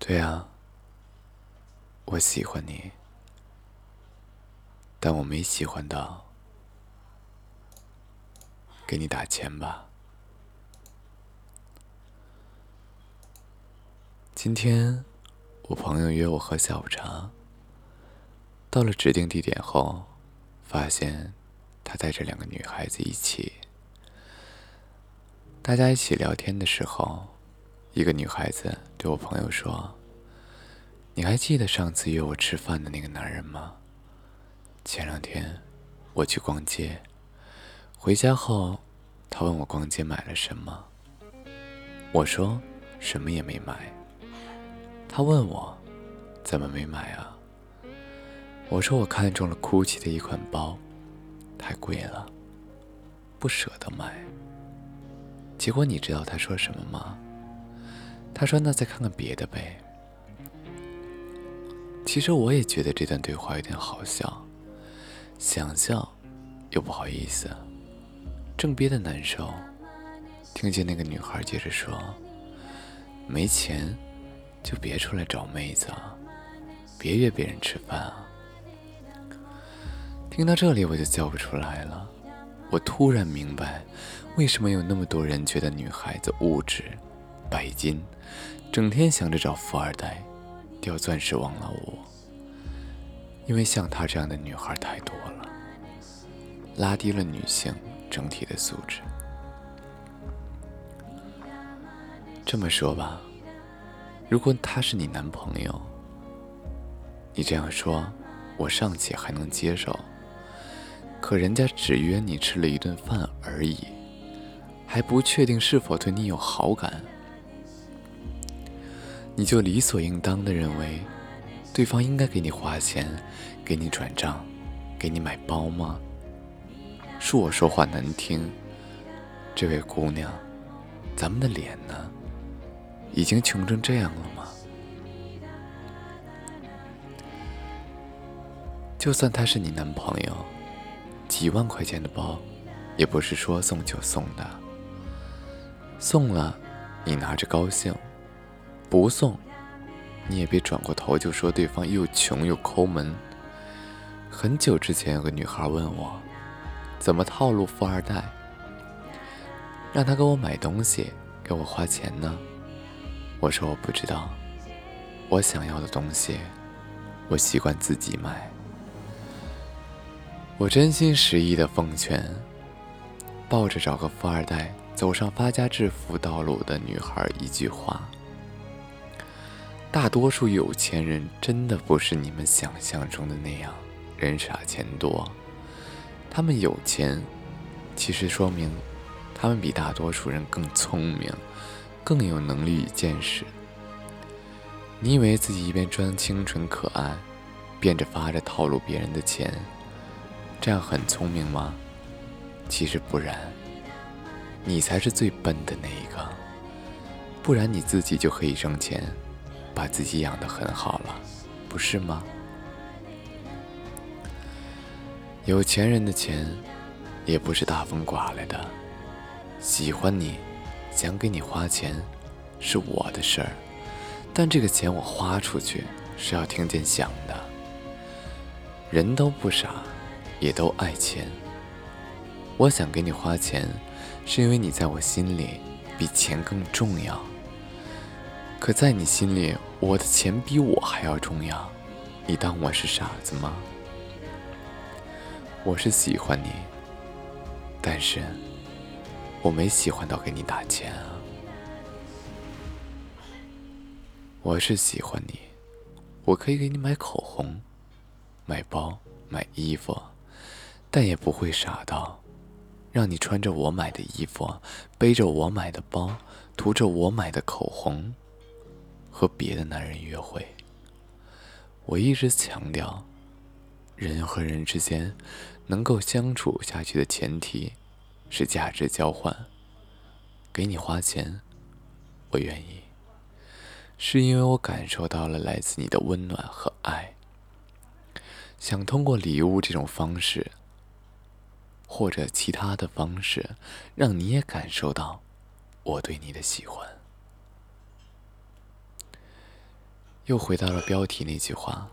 对啊，我喜欢你，但我没喜欢到给你打钱吧。今天我朋友约我喝下午茶，到了指定地点后，发现他带着2个女孩子一起。大家一起聊天的时候，一个女孩子对我朋友说：你还记得上次约我吃饭的那个男人吗？前2天我去逛街，回家后他问我逛街买了什么，我说什么也没买。他问我怎么没买啊？我说我看中了 GUCCI 的一款包，太贵了，不舍得买。结果你知道他说什么吗？他说那再看看别的呗。其实我也觉得这段对话有点好笑，想笑又不好意思，正憋得难受，听见那个女孩接着说：没钱就别出来找妹子啊，别约别人吃饭啊。听到这里我就叫不出来了，我突然明白为什么有那么多人觉得女孩子物质拜金，整天想着找富二代掉钻石王老五。因为像她这样的女孩太多了，拉低了女性整体的素质。这么说吧，如果他是你男朋友，你这样说我尚且还能接受，可人家只约你吃了一顿饭而已，还不确定是否对你有好感，你就理所应当地认为对方应该给你花钱，给你转账，给你买包吗？恕我说话难听，这位姑娘，咱们的脸呢，已经穷成这样了吗？就算他是你男朋友，几万块钱的包，也不是说送就送的。送了，你拿着高兴；不送，你也别转过头就说对方又穷又抠门。很久之前有个女孩问我，怎么套路富二代，让他给我买东西，给我花钱呢？我说我不知道，我想要的东西，我习惯自己买。我真心实意的奉劝，抱着找个富二代走上发家致富道路的女孩一句话：大多数有钱人真的不是你们想象中的那样人傻钱多，他们有钱，其实说明他们比大多数人更聪明，更有能力与见识。你以为自己一边装清纯可爱，变着法着套路别人的钱，这样很聪明吗？其实不然，你才是最笨的那一个。不然你自己就可以挣钱，把自己养得很好了，不是吗？有钱人的钱也不是大风刮来的，喜欢你，想给你花钱是我的事儿，但这个钱我花出去是要听见响的。人都不傻，也都爱钱。我想给你花钱，是因为你在我心里比钱更重要。可在你心里，我的钱比我还要重要，你当我是傻子吗？我是喜欢你，但是我没喜欢到给你打钱啊。我是喜欢你，我可以给你买口红，买包，买衣服，但也不会傻到让你穿着我买的衣服，背着我买的包，涂着我买的口红，和别的男人约会。我一直强调，人和人之间能够相处下去的前提是价值交换。给你花钱，我愿意，是因为我感受到了来自你的温暖和爱，想通过礼物这种方式，或者其他的方式，让你也感受到我对你的喜欢。 又回到了标题那句话，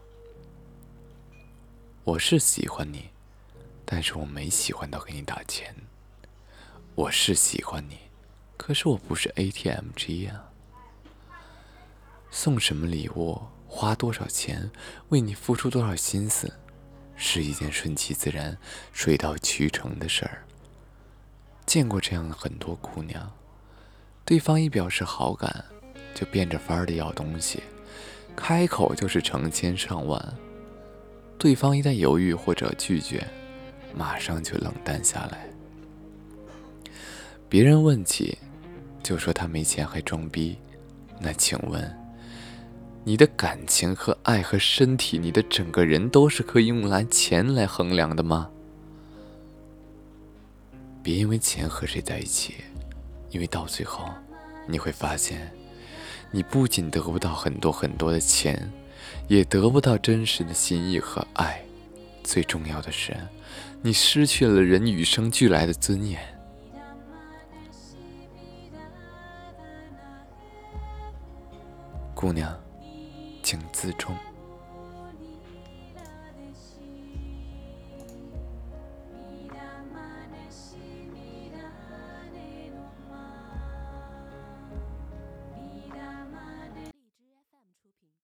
我是喜欢你，但是我没喜欢到给你打钱。我是喜欢你，可是我不是 ATM 机呀。送什么礼物，花多少钱，为你付出多少心思，是一件顺其自然、水到渠成的事儿。见过这样的很多姑娘，对方一表示好感，就变着法儿的要东西，开口就是成千上万。对方一旦犹豫或者拒绝，马上就冷淡下来。别人问起，就说他没钱还装逼。那请问，你的感情和爱和身体，你的整个人都是可以用来钱来衡量的吗？别因为钱和谁在一起，因为到最后你会发现，你不仅得不到很多很多的钱，也得不到真实的心意和爱，最重要的是，你失去了人与生俱来的尊严。姑娘，请自重。